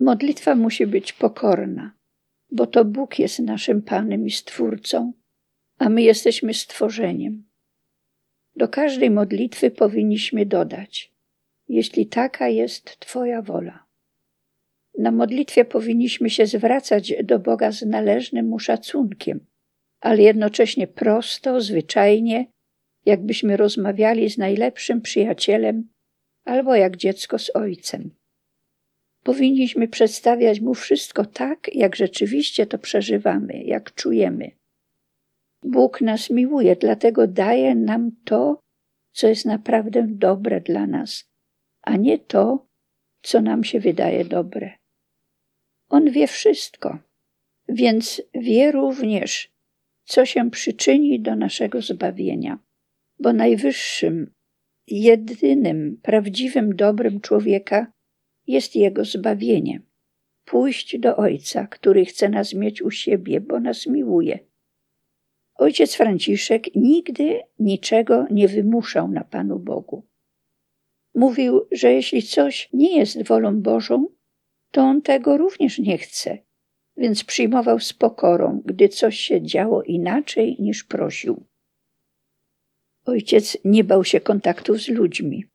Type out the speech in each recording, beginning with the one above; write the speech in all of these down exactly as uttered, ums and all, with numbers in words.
Modlitwa musi być pokorna, bo to Bóg jest naszym Panem i Stwórcą, a my jesteśmy stworzeniem. Do każdej modlitwy powinniśmy dodać: jeśli taka jest Twoja wola. Na modlitwie powinniśmy się zwracać do Boga z należnym mu szacunkiem, ale jednocześnie prosto, zwyczajnie, jakbyśmy rozmawiali z najlepszym przyjacielem albo jak dziecko z ojcem. Powinniśmy przedstawiać mu wszystko tak, jak rzeczywiście to przeżywamy, jak czujemy. Bóg nas miłuje, dlatego daje nam to, co jest naprawdę dobre dla nas, a nie to, co nam się wydaje dobre. On wie wszystko, więc wie również, co się przyczyni do naszego zbawienia, bo najwyższym, jedynym, prawdziwym dobrem człowieka jest jego zbawienie. Pójść do Ojca, który chce nas mieć u siebie, bo nas miłuje. Ojciec Franciszek nigdy niczego nie wymuszał na Panu Bogu. Mówił, że jeśli coś nie jest wolą Bożą, to on tego również nie chce, więc przyjmował z pokorą, gdy coś się działo inaczej niż prosił. Ojciec nie bał się kontaktów z ludźmi.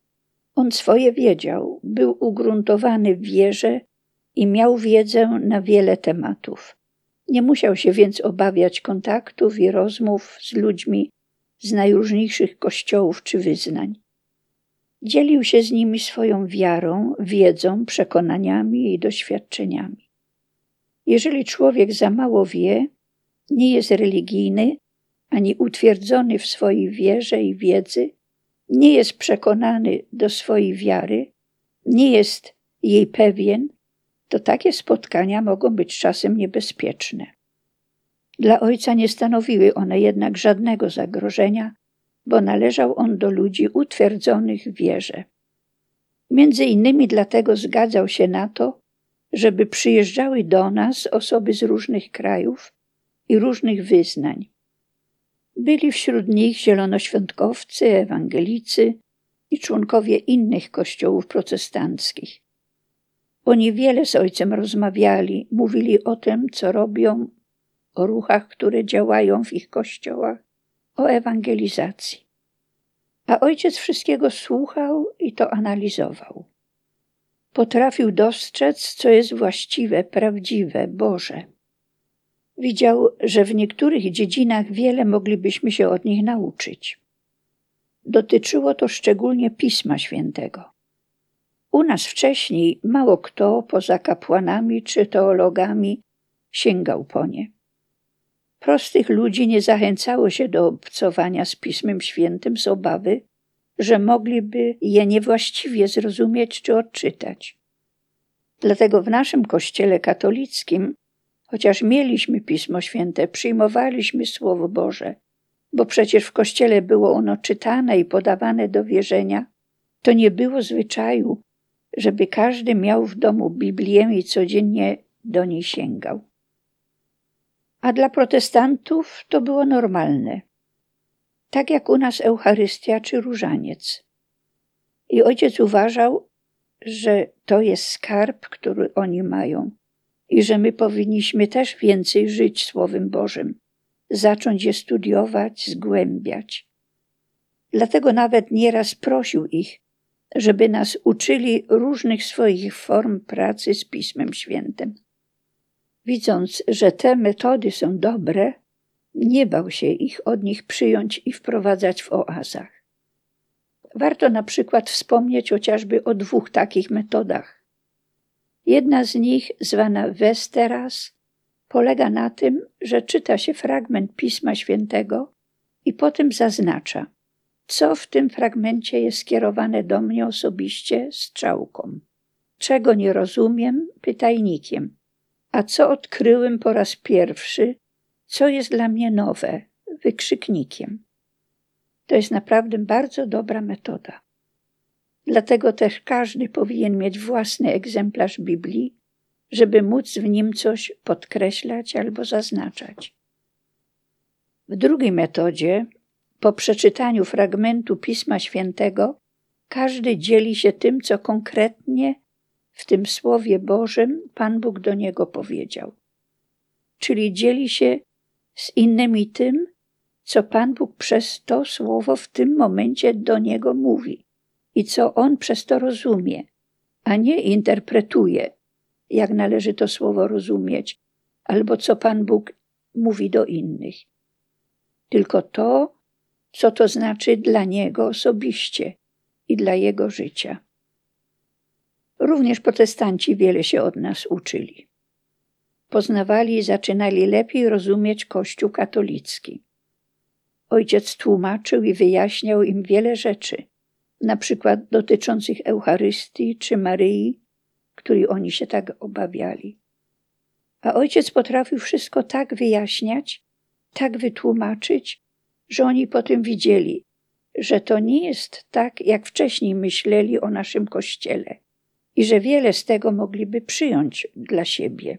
On swoje wiedział, był ugruntowany w wierze i miał wiedzę na wiele tematów. Nie musiał się więc obawiać kontaktów i rozmów z ludźmi z najróżniejszych kościołów czy wyznań. Dzielił się z nimi swoją wiarą, wiedzą, przekonaniami i doświadczeniami. Jeżeli człowiek za mało wie, nie jest religijny, ani utwierdzony w swojej wierze i wiedzy, nie jest przekonany do swojej wiary, nie jest jej pewien, to takie spotkania mogą być czasem niebezpieczne. Dla ojca nie stanowiły one jednak żadnego zagrożenia, bo należał on do ludzi utwierdzonych w wierze. Między innymi dlatego zgadzał się na to, żeby przyjeżdżały do nas osoby z różnych krajów i różnych wyznań. Byli wśród nich zielonoświątkowcy, ewangelicy i członkowie innych kościołów protestanckich. Oni wiele z ojcem rozmawiali, mówili o tym, co robią, o ruchach, które działają w ich kościołach, o ewangelizacji. A ojciec wszystkiego słuchał i to analizował. Potrafił dostrzec, co jest właściwe, prawdziwe, Boże. Widział, że w niektórych dziedzinach wiele moglibyśmy się od nich nauczyć. Dotyczyło to szczególnie Pisma Świętego. U nas wcześniej mało kto poza kapłanami czy teologami sięgał po nie. Prostych ludzi nie zachęcało się do obcowania z Pismem Świętym z obawy, że mogliby je niewłaściwie zrozumieć czy odczytać. Dlatego w naszym kościele katolickim, chociaż mieliśmy Pismo Święte, przyjmowaliśmy Słowo Boże, bo przecież w kościele było ono czytane i podawane do wierzenia, to nie było zwyczaju, żeby każdy miał w domu Biblię i codziennie do niej sięgał. A dla protestantów to było normalne, tak jak u nas Eucharystia czy różaniec. I ojciec uważał, że to jest skarb, który oni mają i że my powinniśmy też więcej żyć Słowem Bożym, zacząć je studiować, zgłębiać. Dlatego nawet nieraz prosił ich, żeby nas uczyli różnych swoich form pracy z Pismem Świętym. Widząc, że te metody są dobre, nie bał się ich od nich przyjąć i wprowadzać w oazach. Warto na przykład wspomnieć chociażby o dwóch takich metodach. Jedna z nich, zwana Vesteras, polega na tym, że czyta się fragment Pisma Świętego i potem zaznacza, co w tym fragmencie jest skierowane do mnie osobiście strzałką. Czego nie rozumiem, pytajnikiem. A co odkryłem po raz pierwszy, co jest dla mnie nowe, wykrzyknikiem. To jest naprawdę bardzo dobra metoda. Dlatego też każdy powinien mieć własny egzemplarz Biblii, żeby móc w nim coś podkreślać albo zaznaczać. W drugiej metodzie, po przeczytaniu fragmentu Pisma Świętego, każdy dzieli się tym, co konkretnie w tym Słowie Bożym Pan Bóg do niego powiedział. Czyli dzieli się z innymi tym, co Pan Bóg przez to słowo w tym momencie do niego mówi i co on przez to rozumie, a nie interpretuje, jak należy to słowo rozumieć, albo co Pan Bóg mówi do innych. Tylko to, co to znaczy dla niego osobiście i dla jego życia. Również protestanci wiele się od nas uczyli. Poznawali i zaczynali lepiej rozumieć Kościół katolicki. Ojciec tłumaczył i wyjaśniał im wiele rzeczy, na przykład dotyczących Eucharystii czy Maryi, której oni się tak obawiali. A ojciec potrafił wszystko tak wyjaśniać, tak wytłumaczyć, że oni potem widzieli, że to nie jest tak, jak wcześniej myśleli o naszym Kościele i że wiele z tego mogliby przyjąć dla siebie.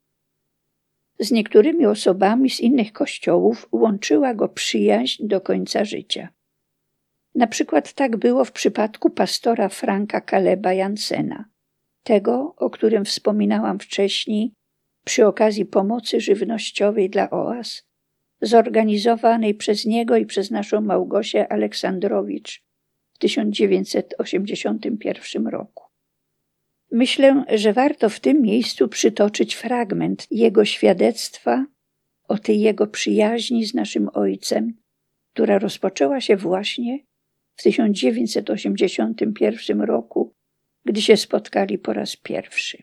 Z niektórymi osobami z innych kościołów łączyła go przyjaźń do końca życia. Na przykład tak było w przypadku pastora Franka Caleba Jansena, tego, o którym wspominałam wcześniej przy okazji pomocy żywnościowej dla oaz, zorganizowanej przez niego i przez naszą Małgosię Aleksandrowicz w tysiąc dziewięćset osiemdziesiątym pierwszym roku. Myślę, że warto w tym miejscu przytoczyć fragment jego świadectwa o tej jego przyjaźni z naszym Ojcem, która rozpoczęła się właśnie w tysiąc dziewięćset osiemdziesiątym pierwszym roku, gdy się spotkali po raz pierwszy.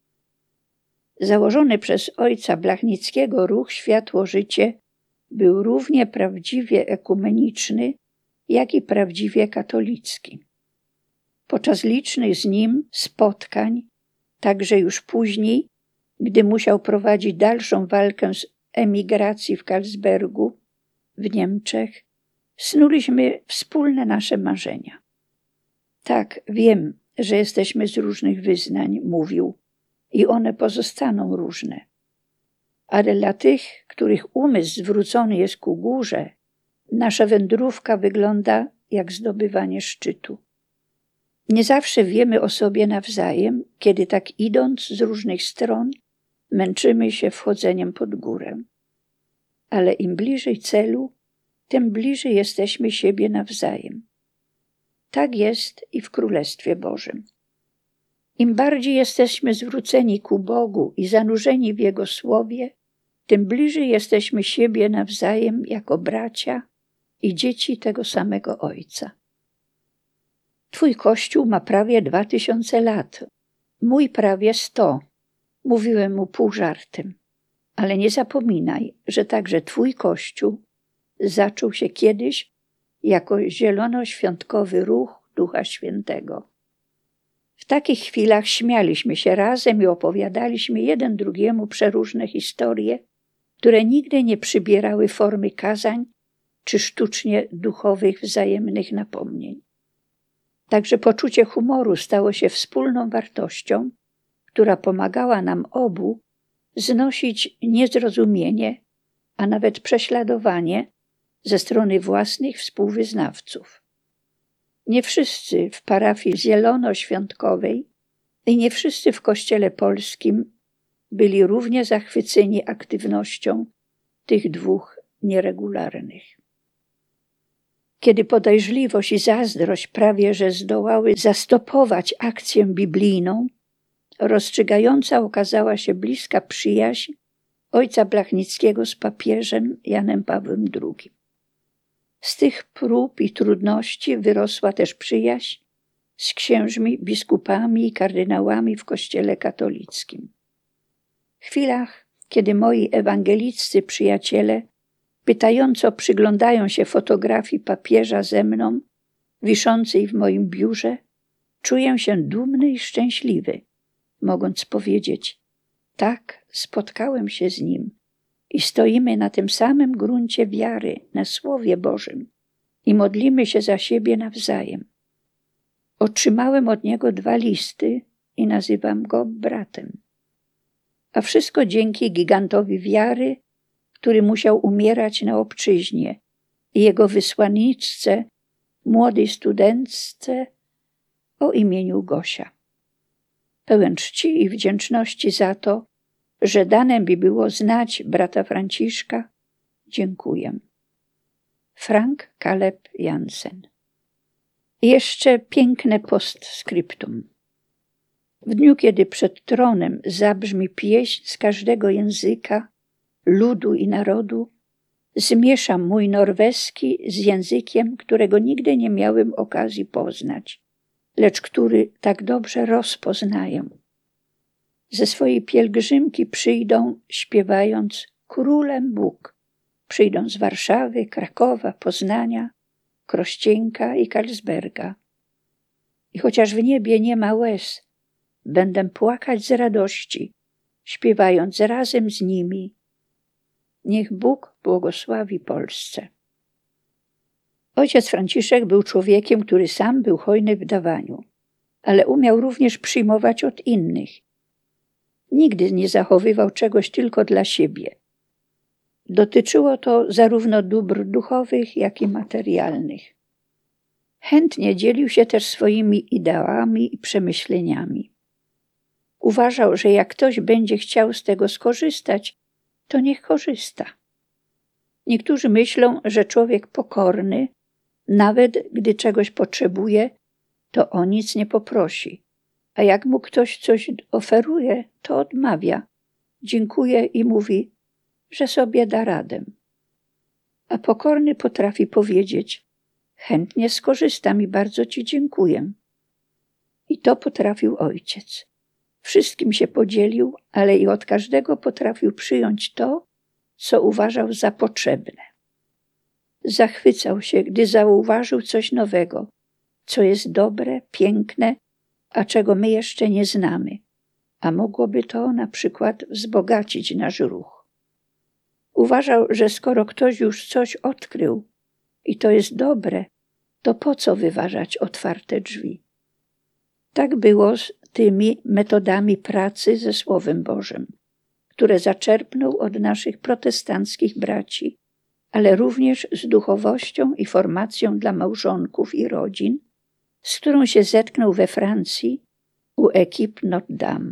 Założony przez ojca Blachnickiego ruch Światło-Życie był równie prawdziwie ekumeniczny, jak i prawdziwie katolicki. Podczas licznych z nim spotkań, także już później, gdy musiał prowadzić dalszą walkę z emigracji w Karlsbergu w Niemczech, snuliśmy wspólne nasze marzenia. Tak, wiem, że jesteśmy z różnych wyznań, mówił, i one pozostaną różne. Ale dla tych, których umysł zwrócony jest ku górze, nasza wędrówka wygląda jak zdobywanie szczytu. Nie zawsze wiemy o sobie nawzajem, kiedy tak idąc z różnych stron, męczymy się wchodzeniem pod górę. Ale im bliżej celu, tym bliżej jesteśmy siebie nawzajem. Tak jest i w Królestwie Bożym. Im bardziej jesteśmy zwróceni ku Bogu i zanurzeni w Jego Słowie, tym bliżej jesteśmy siebie nawzajem jako bracia i dzieci tego samego Ojca. Twój Kościół ma prawie dwa tysiące lat, mój prawie sto, mówiłem mu pół żartem. Ale nie zapominaj, że także Twój Kościół zaczął się kiedyś jako zielonoświątkowy ruch Ducha Świętego. W takich chwilach śmialiśmy się razem i opowiadaliśmy jeden drugiemu przeróżne historie, które nigdy nie przybierały formy kazań czy sztucznie duchowych wzajemnych napomnień. Także poczucie humoru stało się wspólną wartością, która pomagała nam obu znosić niezrozumienie, a nawet prześladowanie ze strony własnych współwyznawców. Nie wszyscy w parafii zielonoświątkowej i nie wszyscy w Kościele Polskim byli równie zachwyceni aktywnością tych dwóch nieregularnych. Kiedy podejrzliwość i zazdrość prawie że zdołały zastopować akcję biblijną, rozstrzygająca okazała się bliska przyjaźń ojca Blachnickiego z papieżem Janem Pawłem drugim. Z tych prób i trudności wyrosła też przyjaźń z księżmi, biskupami i kardynałami w Kościele katolickim. W chwilach, kiedy moi ewangeliccy przyjaciele pytająco przyglądają się fotografii papieża ze mną, wiszącej w moim biurze, czuję się dumny i szczęśliwy, mogąc powiedzieć: tak, spotkałem się z nim i stoimy na tym samym gruncie wiary, na Słowie Bożym i modlimy się za siebie nawzajem. Otrzymałem od niego dwa listy i nazywam go bratem. A wszystko dzięki gigantowi wiary, który musiał umierać na obczyźnie, i jego wysłanniczce, młodej studentce o imieniu Gosia. pełen czci i wdzięczności za to, że dane mi było znać brata Franciszka, dziękuję. Frank Caleb Jansen. I jeszcze piękne postscriptum. W dniu, kiedy przed tronem zabrzmi pieśń z każdego języka, ludu i narodu, zmieszam mój norweski z językiem, którego nigdy nie miałem okazji poznać, lecz który tak dobrze rozpoznaję. Ze swojej pielgrzymki przyjdą, śpiewając Królem Bóg. Przyjdą z Warszawy, Krakowa, Poznania, Krościenka i Karlsberga. I chociaż w niebie nie ma łez, będę płakać z radości, śpiewając razem z nimi. Niech Bóg błogosławi Polsce. Ojciec Franciszek był człowiekiem, który sam był hojny w dawaniu, ale umiał również przyjmować od innych. Nigdy nie zachowywał czegoś tylko dla siebie. Dotyczyło to zarówno dóbr duchowych, jak i materialnych. Chętnie dzielił się też swoimi ideałami i przemyśleniami. Uważał, że jak ktoś będzie chciał z tego skorzystać, to niech korzysta. Niektórzy myślą, że człowiek pokorny, nawet gdy czegoś potrzebuje, to o nic nie poprosi, a jak mu ktoś coś oferuje, to odmawia, dziękuję i mówi, że sobie da radę. A pokorny potrafi powiedzieć, chętnie skorzystam i bardzo ci dziękuję. I to potrafił ojciec. Wszystkim się podzielił, ale i od każdego potrafił przyjąć to, co uważał za potrzebne. Zachwycał się, gdy zauważył coś nowego, co jest dobre, piękne, a czego my jeszcze nie znamy, a mogłoby to na przykład wzbogacić nasz ruch. Uważał, że skoro ktoś już coś odkrył i to jest dobre, to po co wyważać otwarte drzwi? Tak było z tymi metodami pracy ze Słowem Bożym, które zaczerpnął od naszych protestanckich braci, ale również z duchowością i formacją dla małżonków i rodzin, z którą się zetknął we Francji u Equipe Notre Dame.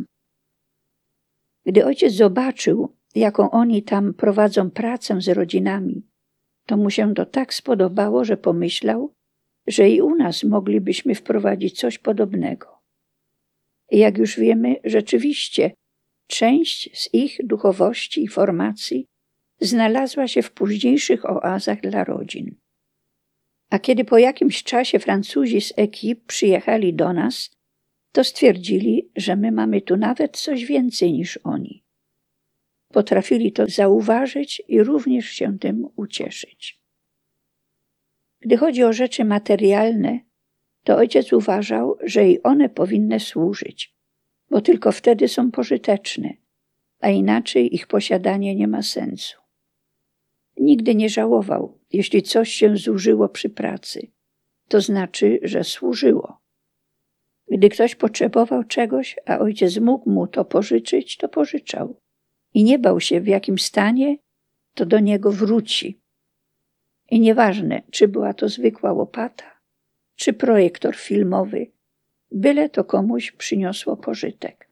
Gdy ojciec zobaczył, jaką oni tam prowadzą pracę z rodzinami, to mu się to tak spodobało, że pomyślał, że i u nas moglibyśmy wprowadzić coś podobnego. I jak już wiemy, rzeczywiście część z ich duchowości i formacji znalazła się w późniejszych oazach dla rodzin. A kiedy po jakimś czasie Francuzi z Equipe przyjechali do nas, to stwierdzili, że my mamy tu nawet coś więcej niż oni. Potrafili to zauważyć i również się tym ucieszyć. Gdy chodzi o rzeczy materialne, to ojciec uważał, że i one powinny służyć, bo tylko wtedy są pożyteczne, a inaczej ich posiadanie nie ma sensu. Nigdy nie żałował, jeśli coś się zużyło przy pracy, to znaczy, że służyło. Gdy ktoś potrzebował czegoś, a ojciec mógł mu to pożyczyć, to pożyczał. I nie bał się, w jakim stanie to do niego wróci. I nieważne, czy była to zwykła łopata, czy projektor filmowy, byle to komuś przyniosło pożytek.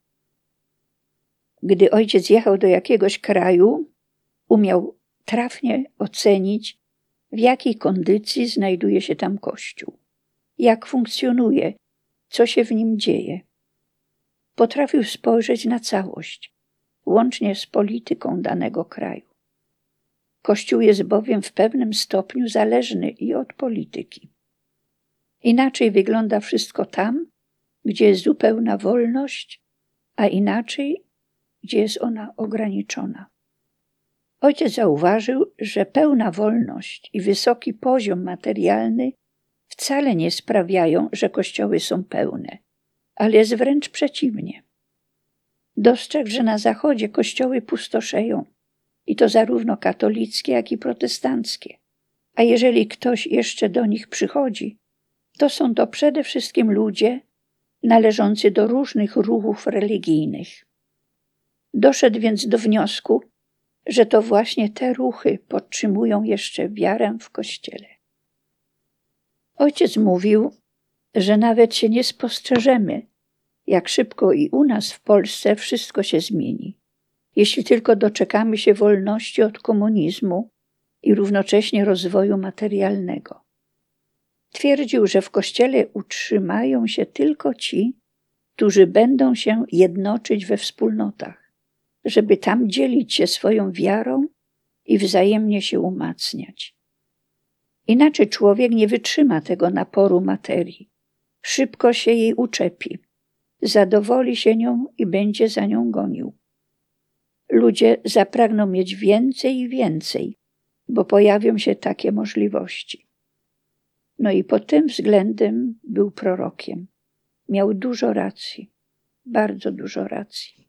Gdy ojciec jechał do jakiegoś kraju, umiał trafnie ocenić, w jakiej kondycji znajduje się tam Kościół, jak funkcjonuje, co się w nim dzieje. Potrafił spojrzeć na całość, łącznie z polityką danego kraju. Kościół jest bowiem w pewnym stopniu zależny i od polityki. Inaczej wygląda wszystko tam, gdzie jest zupełna wolność, a inaczej, gdzie jest ona ograniczona. Ojciec zauważył, że pełna wolność i wysoki poziom materialny wcale nie sprawiają, że kościoły są pełne, ale jest wręcz przeciwnie. Dostrzegł, że na Zachodzie kościoły pustoszeją, i to zarówno katolickie, jak i protestanckie. A jeżeli ktoś jeszcze do nich przychodzi, to są to przede wszystkim ludzie należący do różnych ruchów religijnych. Doszedł więc do wniosku, że to właśnie te ruchy podtrzymują jeszcze wiarę w Kościele. Ojciec mówił, że nawet się nie spostrzeżemy, jak szybko i u nas w Polsce wszystko się zmieni, jeśli tylko doczekamy się wolności od komunizmu i równocześnie rozwoju materialnego. Twierdził, że w Kościele utrzymają się tylko ci, którzy będą się jednoczyć we wspólnotach, żeby tam dzielić się swoją wiarą i wzajemnie się umacniać. Inaczej człowiek nie wytrzyma tego naporu materii. Szybko się jej uczepi, zadowoli się nią i będzie za nią gonił. Ludzie zapragną mieć więcej i więcej, bo pojawią się takie możliwości. No i pod tym względem był prorokiem. Miał dużo racji, bardzo dużo racji.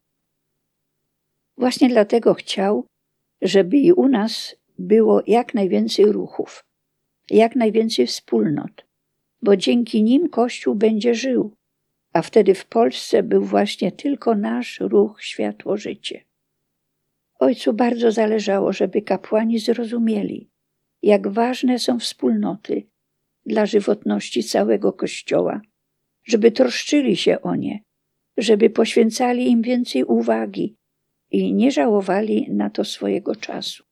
Właśnie dlatego chciał, żeby i u nas było jak najwięcej ruchów, jak najwięcej wspólnot, bo dzięki nim Kościół będzie żył, a wtedy w Polsce był właśnie tylko nasz ruch Światło-Życie. Ojcu bardzo zależało, żeby kapłani zrozumieli, jak ważne są wspólnoty dla żywotności całego Kościoła, żeby troszczyli się o nie, żeby poświęcali im więcej uwagi i nie żałowali na to swojego czasu.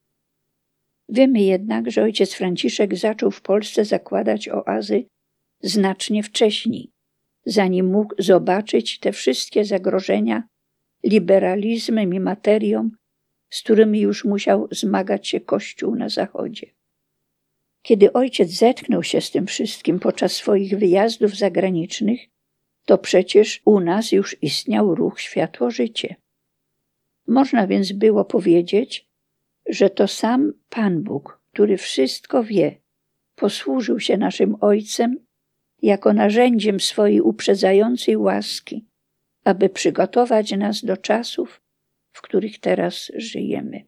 Wiemy jednak, że ojciec Franciszek zaczął w Polsce zakładać oazy znacznie wcześniej, zanim mógł zobaczyć te wszystkie zagrożenia liberalizmem i materią, z którymi już musiał zmagać się Kościół na Zachodzie. Kiedy ojciec zetknął się z tym wszystkim podczas swoich wyjazdów zagranicznych, to przecież u nas już istniał ruch Światło-Życie. Można więc było powiedzieć, że to sam Pan Bóg, który wszystko wie, posłużył się naszym Ojcem jako narzędziem swojej uprzedzającej łaski, aby przygotować nas do czasów, w których teraz żyjemy.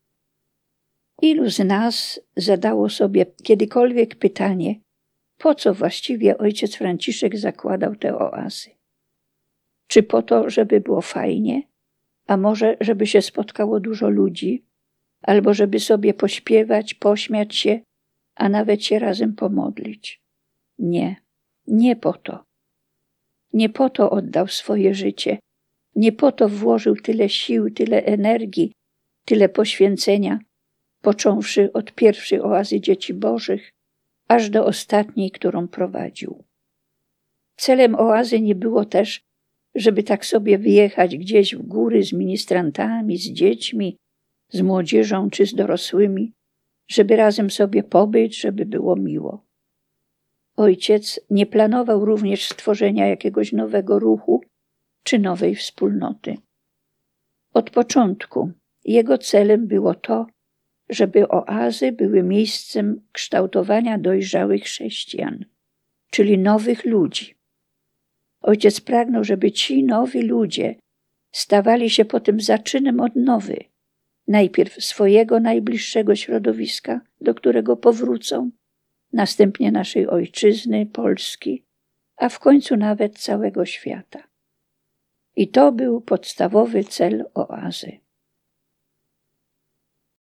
Ilu z nas zadało sobie kiedykolwiek pytanie, po co właściwie ojciec Franciszek zakładał te oazy? Czy po to, żeby było fajnie, a może żeby się spotkało dużo ludzi, albo żeby sobie pośpiewać, pośmiać się, a nawet się razem pomodlić? Nie, nie po to. Nie po to oddał swoje życie, nie po to włożył tyle sił, tyle energii, tyle poświęcenia, począwszy od pierwszej oazy Dzieci Bożych, aż do ostatniej, którą prowadził. Celem oazy nie było też, żeby tak sobie wyjechać gdzieś w góry z ministrantami, z dziećmi, z młodzieżą czy z dorosłymi, żeby razem sobie pobyć, żeby było miło. Ojciec nie planował również stworzenia jakiegoś nowego ruchu czy nowej wspólnoty. Od początku jego celem było to, żeby oazy były miejscem kształtowania dojrzałych chrześcijan, czyli nowych ludzi. Ojciec pragnął, żeby ci nowi ludzie stawali się potem zaczynem odnowy, najpierw swojego najbliższego środowiska, do którego powrócą, następnie naszej ojczyzny, Polski, a w końcu nawet całego świata. I to był podstawowy cel oazy.